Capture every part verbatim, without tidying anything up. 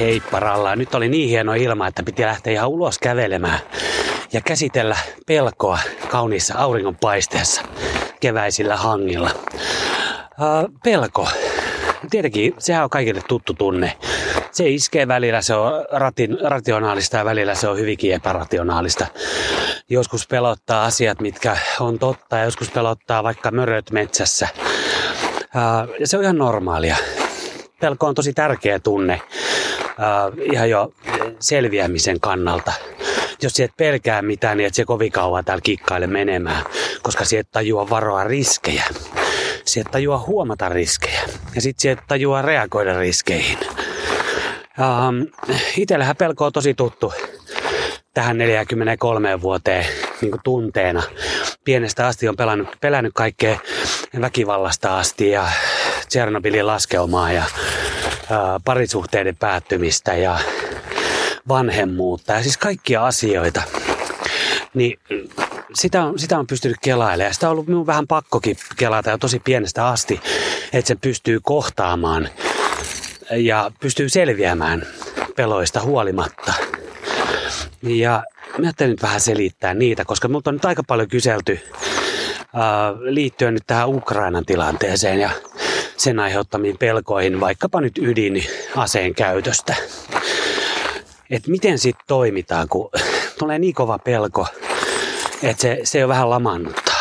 Heippa rallaa. Nyt oli niin hieno ilma, että piti lähteä ihan ulos kävelemään ja käsitellä pelkoa kauniissa auringonpaisteessa keväisillä hangilla. Uh, pelko. Tietenkin sehän on kaikille tuttu tunne. Se iskee välillä, se on ratin, rationaalista ja välillä se on hyvinkin epärationaalista. Joskus pelottaa asiat, mitkä on totta ja joskus pelottaa vaikka möröt metsässä. Uh, ja se on ihan normaalia. Pelko on tosi tärkeä tunne uh, ihan jo selviämisen kannalta. Jos sä et pelkää mitään, niin et se kovin kauan täällä kikkaile menemään, koska sä et tajua varoa riskejä. Sä et tajua huomata riskejä ja sit sä et tajua reagoida riskeihin. Um, Itsellähän pelko on tosi tuttu tähän neljäkymmentäkolme vuoteen niin kuin tunteena. Pienestä asti on pelannut, pelännyt kaikkea väkivallasta asti ja Tšernobylin laskeumaa ja uh, parisuhteiden päättymistä ja vanhemmuutta ja siis kaikkia asioita. Niin sitä on, sitä on pystynyt kelailemaan. Sitä on ollut minun vähän pakkokin kelata jo tosi pienestä asti, että se pystyy kohtaamaan ja pystyy selviämään peloista huolimatta. Ja mä ajattelin nyt vähän selittää niitä, koska minulta on nyt aika paljon kyselty ää, liittyen nyt tähän Ukrainan tilanteeseen ja sen aiheuttamiin pelkoihin, vaikkapa nyt ydinaseen käytöstä. Että miten sitten toimitaan, kun tulee niin kova pelko, että se, se jo vähän lamaannuttaa.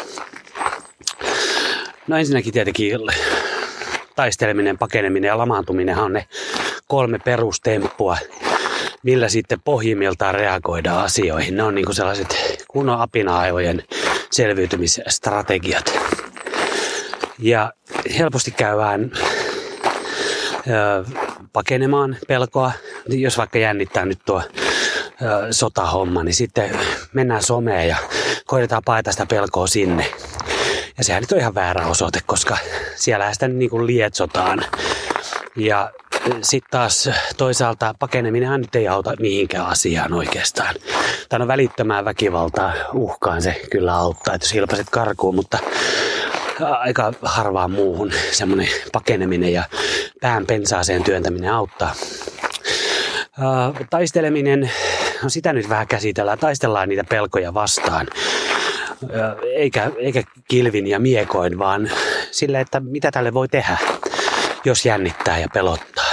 No ensinnäkin tietenkin taisteleminen, pakeneminen ja lamaantuminen on ne kolme perustemppua, millä sitten pohjimmiltaan reagoidaan asioihin. Ne on niinku sellaiset kunnon apina-aivojen selviytymisstrategiat. Ja helposti käydään ö, pakenemaan pelkoa. Jos vaikka jännittää nyt tuo ö, sotahomma, niin sitten mennään someen ja koitetaan paeta sitä pelkoa sinne. Ja sehän nyt on ihan väärä osoite, koska siellähän sitä niin kuin lietsotaan. Ja sitten taas toisaalta pakeneminenhan nyt ei auta mihinkään asiaan oikeastaan. Tai on välittömään väkivaltaa uhkaan se kyllä auttaa, että jos hilpaset karkuun, mutta aika harvaan muuhun semmoinen pakeneminen ja pään pensaaseen työntäminen auttaa. Taisteleminen, no sitä nyt vähän käsitellään, taistellaan niitä pelkoja vastaan. Eikä, eikä kilvin ja miekoin, vaan sille, että mitä tälle voi tehdä, jos jännittää ja pelottaa.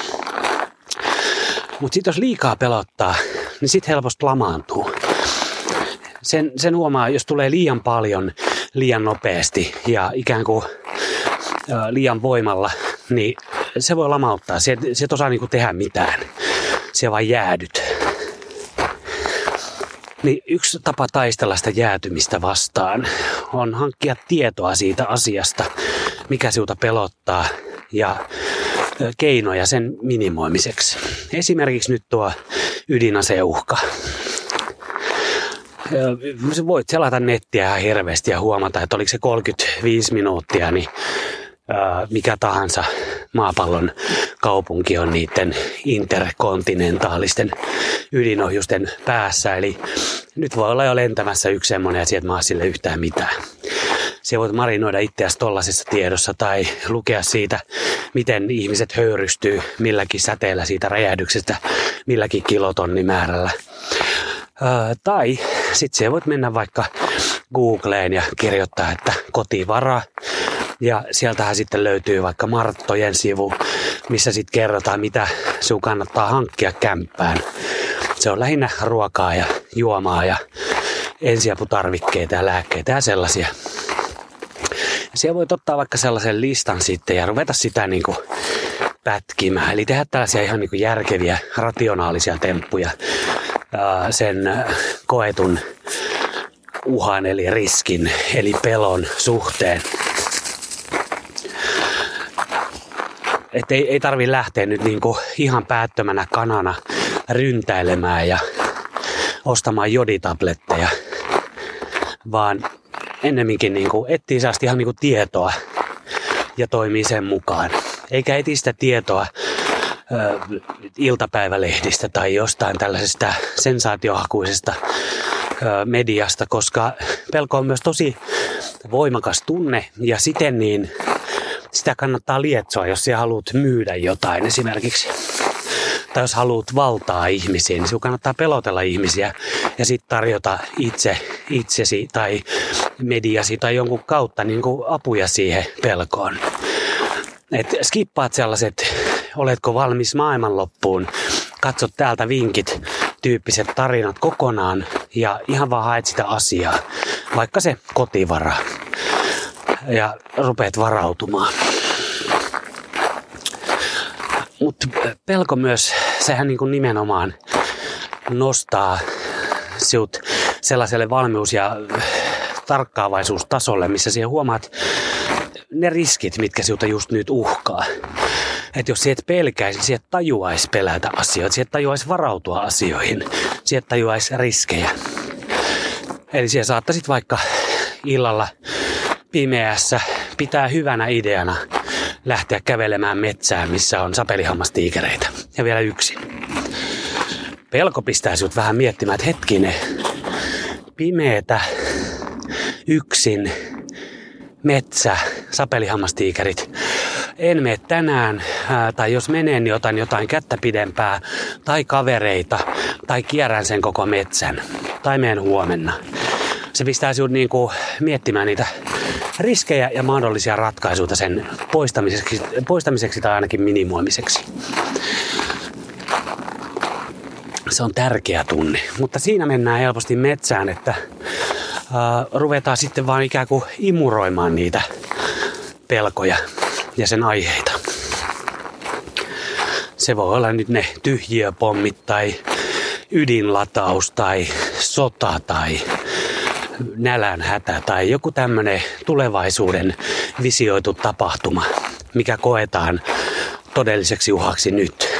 Mutta sitten jos liikaa pelottaa, niin sitten helposti lamaantuu. Sen, sen huomaa, jos tulee liian paljon, liian nopeasti ja ikään kuin ä, liian voimalla, niin se voi lamauttaa. Se, se et osaa niinku tehdä mitään. Se vaan jäädyt. Niin yksi tapa taistella sitä jäätymistä vastaan on hankkia tietoa siitä asiasta, mikä sinulta pelottaa ja keinoja sen minimoimiseksi. Esimerkiksi nyt tuo ydinaseuhka. Voit selata nettiä ihan hirveästi ja huomata, että oliko se kolmekymmentäviisi minuuttia, niin mikä tahansa maapallon kaupunki on niiden interkontinentaalisten ydinohjusten päässä. Eli nyt voi olla jo lentämässä yksi semmoinen ja sieltä maa sille yhtään mitään. Se voit marinoida itseäsi tollasessa tiedossa tai lukea siitä, miten ihmiset höyrystyy milläkin säteellä siitä räjähdyksestä, milläkin kilotonnimäärällä. Öö, tai sitten se voit mennä vaikka Googleen ja kirjoittaa, että kotivara. Ja sieltähän sitten löytyy vaikka Marttojen sivu, missä sitten kerrotaan, mitä sinun kannattaa hankkia kämppään. Se on lähinnä ruokaa ja juomaa ja ensiaputarvikkeita ja lääkkeitä ja sellaisia. Siellä voit ottaa vaikka sellaisen listan sitten ja ruveta sitä niin kuin pätkimään. Eli tehdä tällaisia ihan niin kuin järkeviä, rationaalisia temppuja sen koetun uhan eli riskin eli pelon suhteen. Että ei, ei tarvitse lähteä nyt niinku ihan päättömänä kanana ryntäilemään ja ostamaan joditabletteja, vaan ennemminkin niinku etsii sellaista ihan niinku tietoa ja toimii sen mukaan. Eikä etsi sitä tietoa ö, iltapäivälehdistä tai jostain tällaisesta sensaatiohakuisesta ö, mediasta, koska pelko on myös tosi voimakas tunne ja siten niin sitä kannattaa lietsoa, jos sinä haluat myydä jotain esimerkiksi. Tai jos haluat valtaa ihmisiä, niin sinun kannattaa pelotella ihmisiä ja sitten tarjota itse, itsesi tai mediasi tai jonkun kautta niin kuin apuja siihen pelkoon. Et skippaat sellaiset, oletko valmis maailmanloppuun, katsot täältä vinkit, tyyppiset tarinat kokonaan ja ihan vaan haet sitä asiaa, vaikka se kotivara, ja rupeat varautumaan. Mutta pelko myös, sehän niin kuin nimenomaan nostaa sinut sellaiselle valmius- ja tarkkaavaisuustasolle, missä siihen huomaat ne riskit, mitkä sinulta just nyt uhkaa. Että jos sieltä pelkäisi, sieltä tajuaisi pelätä asioita, sieltä tajuaisi varautua asioihin, sieltä tajuaisi riskejä. Eli siellä saattaisit vaikka illalla pimeässä pitää hyvänä ideana lähteä kävelemään metsään, missä on sapelihammastiikereitä ja vielä yksin. Pelko pistää sinut vähän miettimään, että hetkinen, pimeätä, yksin, metsä, sapelihammastiikerit. En mene tänään, ää, tai jos menen, niin otan jotain kättä pidempää, tai kavereita, tai kierrän sen koko metsän, tai menen huomenna. Se pistää sinut niinku miettimään niitä riskejä ja mahdollisia ratkaisuja sen poistamiseksi, poistamiseksi tai ainakin minimoimiseksi. Se on tärkeä tunne, mutta siinä mennään helposti metsään, että ää, ruvetaan sitten vaan ikään kuin imuroimaan niitä pelkoja ja sen aiheita. Se voi olla nyt ne tyhjiöpommit tai ydinlataus tai sota tai nälänhätä tai joku tämmöinen tulevaisuuden visioitu tapahtuma, mikä koetaan todelliseksi uhaksi nyt.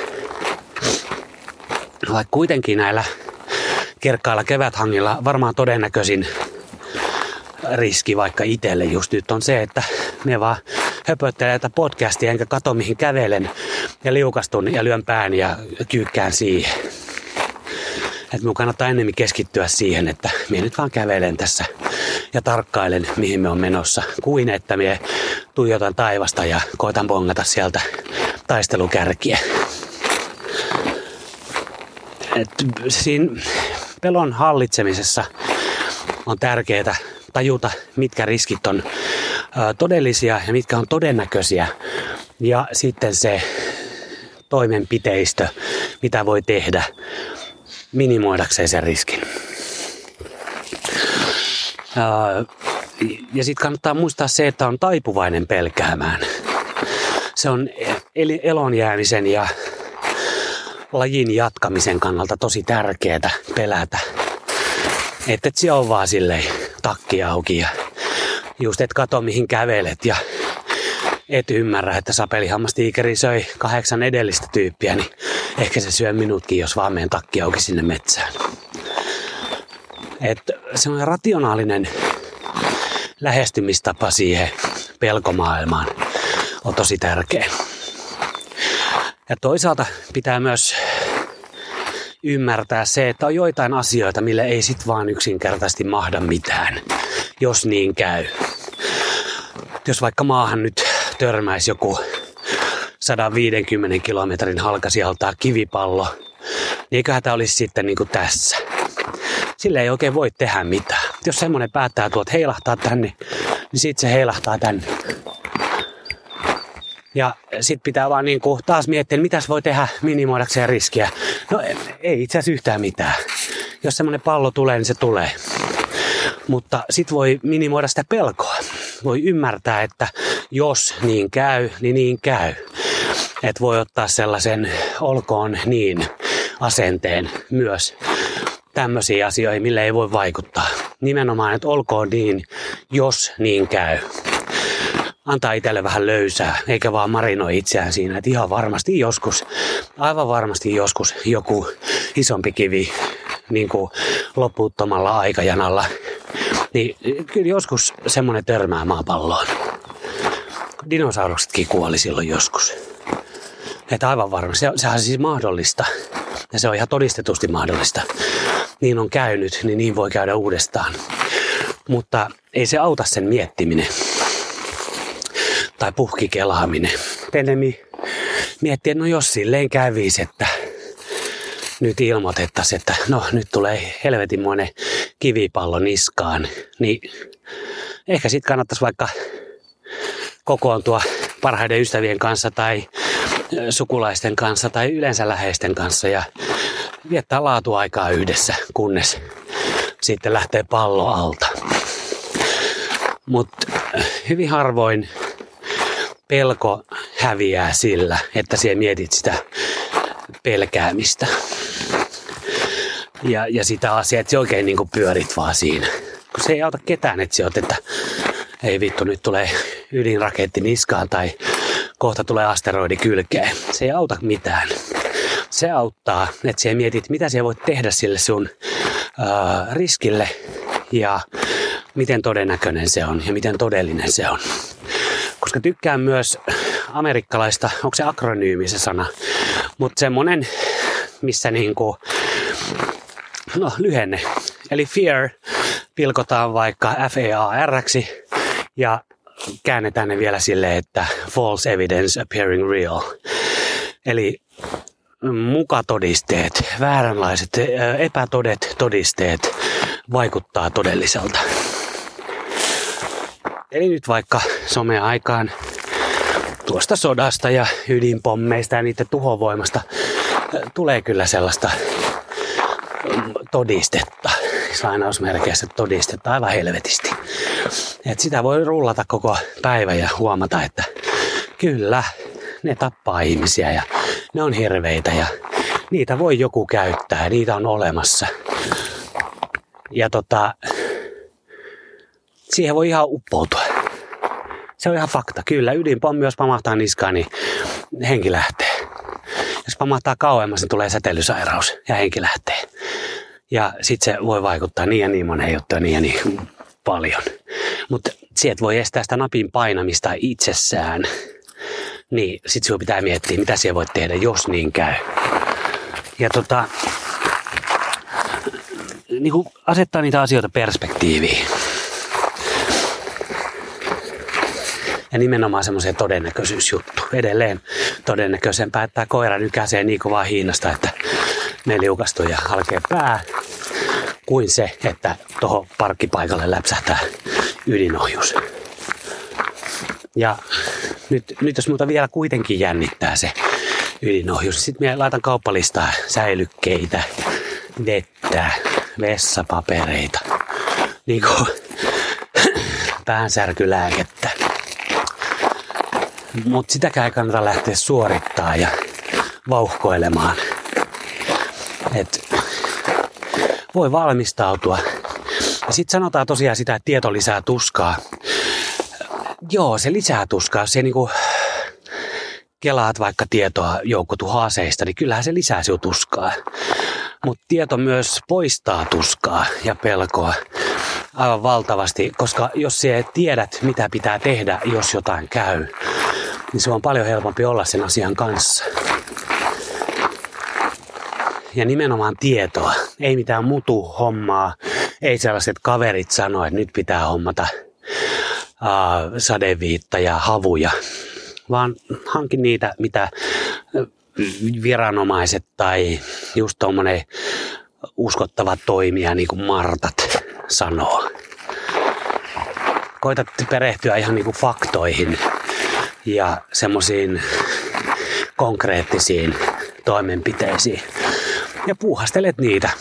Vaikka kuitenkin näillä kerkkailla keväthangilla varmaan todennäköisin riski vaikka itselle just nyt on se, että me vaan höpöttelen tätä podcastia enkä katso mihin kävelen ja liukastun ja lyön pään ja kyykkään siihen. Että minun kannattaa ennemmin keskittyä siihen, että minä nyt vaan kävelen tässä ja tarkkailen mihin me on menossa, kuin että minä tuijotan taivasta ja koitan bongata sieltä taistelukärkiä. Et siinä pelon hallitsemisessa on tärkeää tajuta, mitkä riskit on ä, todellisia ja mitkä on todennäköisiä. Ja sitten se toimenpiteistö, mitä voi tehdä minimoidakseen sen riskin. Ä, ja sitten kannattaa muistaa se, että on taipuvainen pelkäämään. Se on elon jäämisen ja lajin jatkamisen kannalta tosi tärkeää pelätä. Että et se on vaan silleen takki auki ja just et kato mihin kävelet ja et ymmärrä, että sapelihammastiikeri söi kahdeksan edellistä tyyppiä, niin ehkä se syö minutkin, jos vaan menen takki auki sinne metsään. Että se on rationaalinen lähestymistapa siihen pelkomaailmaan on tosi tärkeä. Ja toisaalta pitää myös ymmärtää se, että on joitain asioita, mille ei sit vaan yksinkertaisesti mahda mitään, jos niin käy. Jos vaikka maahan nyt törmäisi joku sata viisikymmentä kilometrin halkasijaltaan kivipallo, niin eiköhän tämä olisi sitten niin kuin tässä. Sille ei oikein voi tehdä mitään. Jos semmoinen päättää tuot heilahtaa tänne, niin sitten se heilahtaa tänne. Ja sitten pitää vaan niin kuin taas miettiä, mitäs voi tehdä minimoidakseen riskiä. No ei itse asiassa yhtään mitään. Jos semmoinen pallo tulee, niin se tulee. Mutta sitten voi minimoida sitä pelkoa. Voi ymmärtää, että jos niin käy, niin niin käy. Että voi ottaa sellaisen olkoon niin asenteen myös tämmöisiin asioihin, mille ei voi vaikuttaa. Nimenomaan, että olkoon niin, jos niin käy. Antaa itselle vähän löysää, eikä vaan marinoi itseään siinä, että ihan varmasti joskus, aivan varmasti joskus joku isompi kivi niin kuin loputtomalla aikajanalla, niin kyllä joskus semmoinen törmää maapalloon. Dinosauruksetkin kuoli silloin joskus. Että aivan varmasti, sehän on siis mahdollista, ja se on ihan todistetusti mahdollista. Niin on käynyt, niin niin voi käydä uudestaan. Mutta ei se auta sen miettiminen. Tai puhkikelaaminen. Ennemmin miettiä, että no jos silleen kävisi, että nyt ilmoitettaisiin, että no nyt tulee helvetinmoinen kivipallo niskaan, niin ehkä sitten kannattaisi vaikka kokoontua parhaiden ystävien kanssa tai sukulaisten kanssa tai yleensä läheisten kanssa ja viettää laatuaikaa yhdessä, kunnes sitten lähtee pallo alta. Mutta hyvin harvoin pelko häviää sillä, että siellä mietit sitä pelkäämistä. Ja, ja sitä asiaa, että se oikein niin kuin pyörit vaan siinä. Kun se ei auta ketään, että se oot, että ei vittu, nyt tulee ydinraketti niskaan tai kohta tulee asteroidi kylkeen. Se ei auta mitään. Se auttaa, että sä mietit, mitä sä voit tehdä sille sun äh, riskille ja miten todennäköinen se on ja miten todellinen se on. Koska tykkään myös amerikkalaista, onko se akronyymi se sana, mutta semmonen, missä niinku, no lyhenne, eli fear pilkotaan vaikka F A A R:ksi ja käännetään ne vielä silleen, että false evidence appearing real. Eli mukatodisteet, vääränlaiset, epätodet todisteet vaikuttaa todelliselta. Eli nyt vaikka someaikaan tuosta sodasta ja ydinpommeista ja niiden tuhovoimasta tulee kyllä sellaista todistetta, lainausmerkeissä todistetta aivan helvetisti. Et sitä voi rullata koko päivä ja huomata, että kyllä, ne tappaa ihmisiä ja ne on hirveitä ja niitä voi joku käyttää ja niitä on olemassa. Ja tota, siihen voi ihan uppoutua. Se on ihan fakta. Kyllä, ydinpommi, jos pamahtaa niskaan, niin henki lähtee. Jos pamahtaa kauemmas, niin tulee säteilysairaus ja henki lähtee. Ja sit se voi vaikuttaa niin ja niin moneen juttuun niin ja niin paljon. Mutta sieltä voi estää sitä napin painamista itsessään. Niin sit sinun pitää miettiä, mitä siellä voit tehdä, jos niin käy. Ja tota, niin kuin asettaa niitä asioita perspektiiviin. Ja nimenomaan semmoisen todennäköisyysjuttu. Edelleen todennäköisempää, että koira nykäisee niin kovaa hiinasta, että ne liukastuu ja halkee pää, kuin se, että tuohon parkkipaikalle läpsähtää ydinohjus. Ja nyt, nyt jos minulta vielä kuitenkin jännittää se ydinohjus, sitten minä laitan kauppalistaa säilykkeitä, vettä, vessapapereita, niin kuin päänsärkylääkettä. Mutta sitäkään ei kannata lähteä suorittaa ja vauhkoilemaan. Et voi valmistautua. Ja sitten sanotaan tosiaan sitä, että tieto lisää tuskaa. Joo, se lisää tuskaa. Jos se niinku kelaat vaikka tietoa joukkotuhaaseista, niin kyllähän se lisää sinun tuskaa. Mutta tieto myös poistaa tuskaa ja pelkoa aivan valtavasti, koska jos sinä tiedät, mitä pitää tehdä, jos jotain käy, niin se on paljon helpompi olla sen asian kanssa. Ja nimenomaan tietoa, ei mitään mutu-hommaa, ei sellaiset kaverit sano, että nyt pitää hommata uh, sadeviitta ja havuja, vaan hankin niitä, mitä viranomaiset tai just tommonen uskottava toimija, niin kuin Martat sanoo. Koitat perehtyä ihan niin kuin faktoihin ja semmoisiin konkreettisiin toimenpiteisiin. Ja puuhastelet niitä.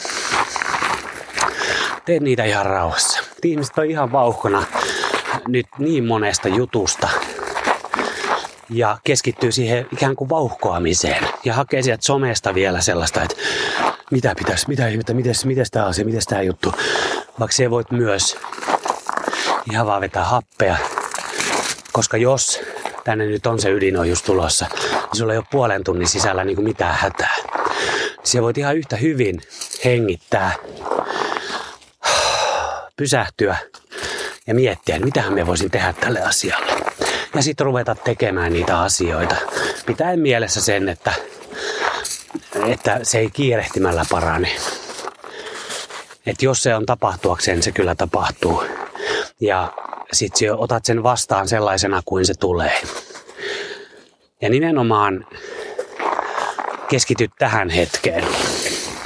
Teet niitä ihan rauhassa. Ihmiset on ihan vauhkona nyt niin monesta jutusta. Ja keskittyy siihen ikään kuin vauhkoamiseen. Ja hakee sieltä somesta vielä sellaista, että mitä pitäisi, mitä ihmettä, mites, mites tää asia, mites tää juttu. Vaikka siellä voit myös ihan vaan vetää happea. Koska jos tänne nyt on se ydinohjus tulossa, niin sulla ei ole puolen tunnin sisällä niin kuin mitään hätää. Siellä voit ihan yhtä hyvin hengittää, pysähtyä ja miettiä, että mitähän me voisin tehdä tälle asialle. Ja sitten ruveta tekemään niitä asioita. Pitäen mielessä sen, että, että se ei kiirehtimällä parane. Että jos se on tapahtuakseen, se kyllä tapahtuu. Ja sitten otat sen vastaan sellaisena kuin se tulee. Ja nimenomaan keskityt tähän hetkeen.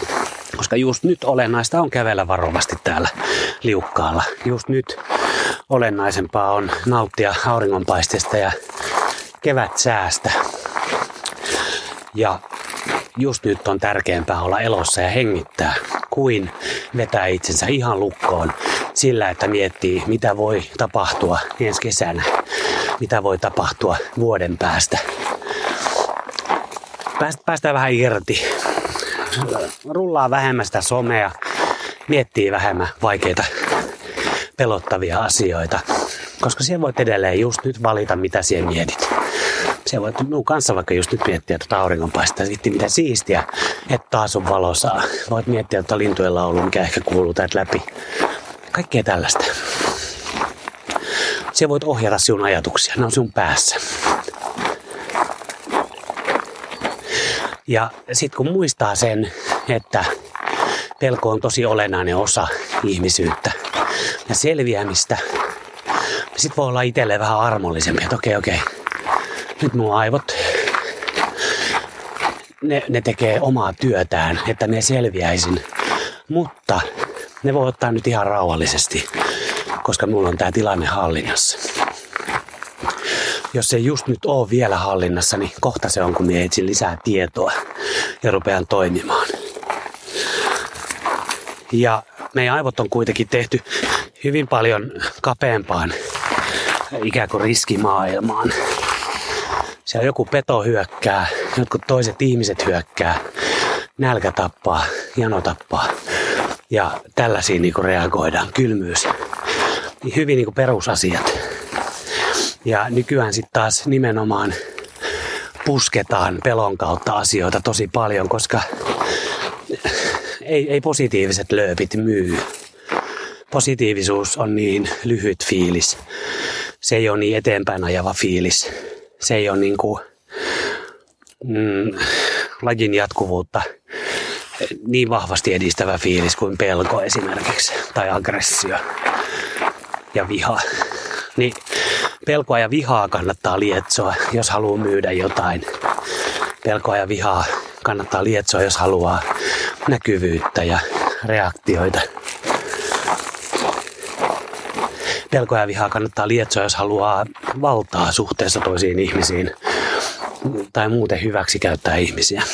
koska just nyt olennaista on kävellä varovasti täällä liukkaalla. Just nyt olennaisempaa on nauttia auringonpaisteesta ja kevätsäästä. Ja just nyt on tärkeämpää olla elossa ja hengittää, kuin vetää itsensä ihan lukkoon sillä, että miettii, mitä voi tapahtua ensi kesänä, mitä voi tapahtua vuoden päästä. Päästään vähän irti, rullaa vähemmän sitä somea, miettii vähemmän vaikeita, pelottavia asioita, koska siellä voit edelleen just nyt valita, mitä siellä mietit. Siellä voit minun kanssa vaikka just nyt miettiä tuota auringonpaistaa, vitti mitä siistiä, että taas on valosaa. Voit miettiä tuota lintujen laulua, mikä ehkä kuuluu täältä läpi. Kaikkea tällaista. Siellä voit ohjata sinun ajatuksia, ne on sinun päässä. Ja sitten kun muistaa sen, että pelko on tosi olennainen osa ihmisyyttä ja selviämistä, sitten voi olla itselleen vähän armollisempi, että okei, okei, nyt mun aivot, ne, ne tekee omaa työtään, että me selviäisin, mutta ne voi ottaa nyt ihan rauhallisesti, koska mulla on tää tilanne hallinnassa. Jos se just nyt ole vielä hallinnassa, niin kohta se on, kun minä etsin lisää tietoa ja rupean toimimaan. Ja meidän aivot on kuitenkin tehty hyvin paljon kapeampaan ikään kuin riskimaailmaan. Siellä joku peto hyökkää, jotkut toiset ihmiset hyökkää, nälkä tappaa, jano tappaa. Ja tällaisiin niin kuin reagoidaan, kylmyys. Niin hyvin niin kuin perusasiat. Ja nykyään sitten taas nimenomaan pusketaan pelon kautta asioita tosi paljon, koska ei, ei positiiviset lööpit myy. Positiivisuus on niin lyhyt fiilis. Se ei ole niin eteenpäin ajava fiilis. Se ei ole niin kuin, mm, lajin jatkuvuutta niin vahvasti edistävä fiilis kuin pelko esimerkiksi, tai aggressio ja viha. Niin pelkoa ja vihaa kannattaa lietsoa, jos haluaa myydä jotain. Pelkoa ja vihaa kannattaa lietsoa, jos haluaa näkyvyyttä ja reaktioita. Pelkoa ja vihaa kannattaa lietsoa, jos haluaa valtaa suhteessa toisiin ihmisiin tai muuten hyväksi käyttää ihmisiä.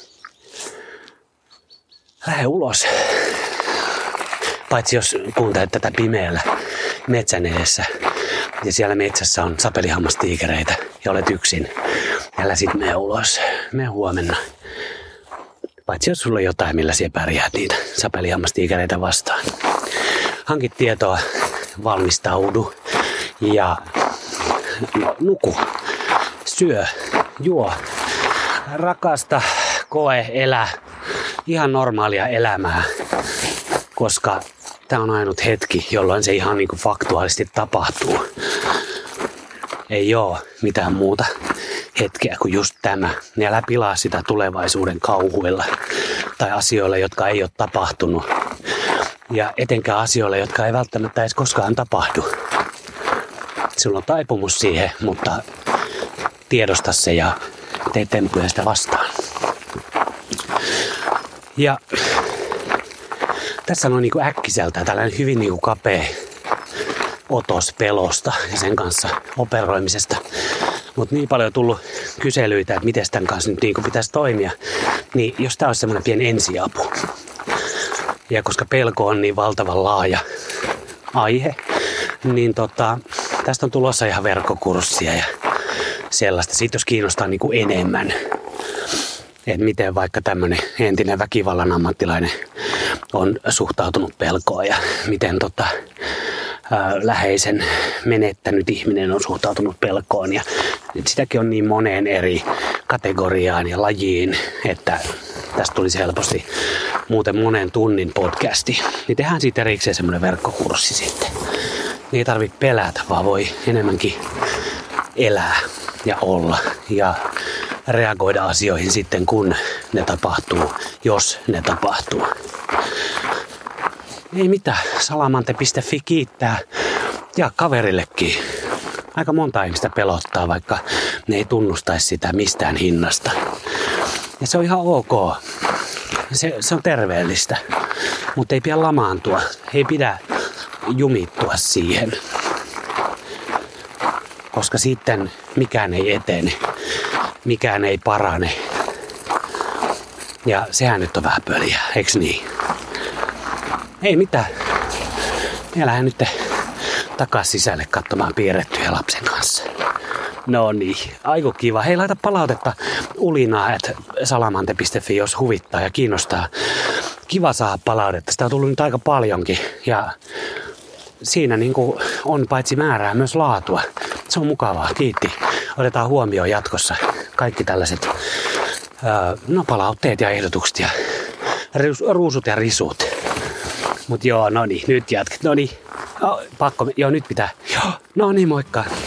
Lähde ulos. Paitsi jos kuuntelet tätä pimeällä metsän edessä ja siellä metsässä on sapelihammastiikereitä ja olet yksin. Älä sit mene ulos. Mene huomenna. Paitsi jos sulla on jotain, millä siellä pärjäät niitä sapelihammastiikereitä vastaan. Hankit tietoa, valmistaudu ja nuku. Syö, juo, rakasta, koe, elä. Ihan normaalia elämää, koska tämä on ainut hetki, jolloin se ihan niin kuin faktuaalisesti tapahtuu. Ei ole mitään muuta hetkeä kuin just tämä. Ja älä pilaa sitä tulevaisuuden kauhuilla tai asioilla, jotka ei ole tapahtunut. Ja etenkään asioilla, jotka ei välttämättä edes koskaan tapahdu. Sulla on taipumus siihen, mutta tiedosta se ja tee temppuja sitä vastaan. Ja tässä on niin kuin äkkiseltään tällainen hyvin niin kuin kapea otos pelosta ja sen kanssa operoimisesta. Mutta niin paljon on tullut kyselyitä, että miten tämän kanssa nyt niin kuin pitäisi toimia. Niin jos tämä olisi semmoinen pieni ensiapu. Ja koska pelko on niin valtavan laaja aihe, niin tota, tästä on tulossa ihan verkkokurssia ja sellaista. Siitä jos kiinnostaa niin kuin enemmän. Että miten vaikka tämmöinen entinen väkivallan ammattilainen on suhtautunut pelkoon ja miten tota, ää, läheisen menettänyt ihminen on suhtautunut pelkoon. Ja sitäkin on niin moneen eri kategoriaan ja lajiin, että tästä tulisi helposti muuten monen tunnin podcasti. Niin tehdään siitä erikseen semmoinen verkkokurssi sitten. Niin ei tarvitse pelätä, vaan voi enemmänkin elää ja olla ja reagoida asioihin sitten, kun ne tapahtuu, jos ne tapahtuu. Ei mitään, salamante piste fi kiittää ja kaverillekin. Aika monta ihmistä pelottaa, vaikka ne ei tunnustaisi sitä mistään hinnasta. Ja se on ihan ok. se, se on terveellistä. Mutta ei pidä lamaantua. Ei pidä jumittua siihen. Koska sitten mikään ei etene. Mikään ei parane. Ja sehän nyt on vähän pöliä, eiks niin? Ei mitään. Me lähden nyt takas sisälle katsomaan piirrettyjä lapsen kanssa. No niin, aiku kiva. Hei, laita palautetta ulinaa, että salamante piste fi, jos huvittaa ja kiinnostaa. Kiva saada palautetta. Sitä on tullut nyt aika paljonkin. Ja siinä niin kuin on paitsi määrää myös laatua. Se on mukavaa. Kiitti. Otetaan huomioon jatkossa kaikki tällaiset öö, no, palautteet ja ehdotukset ja ruusut ja risut. Mut joo, no niin, nyt jatket. No niin, oh, pakko, joo nyt pitää. Joo, no niin, moikka.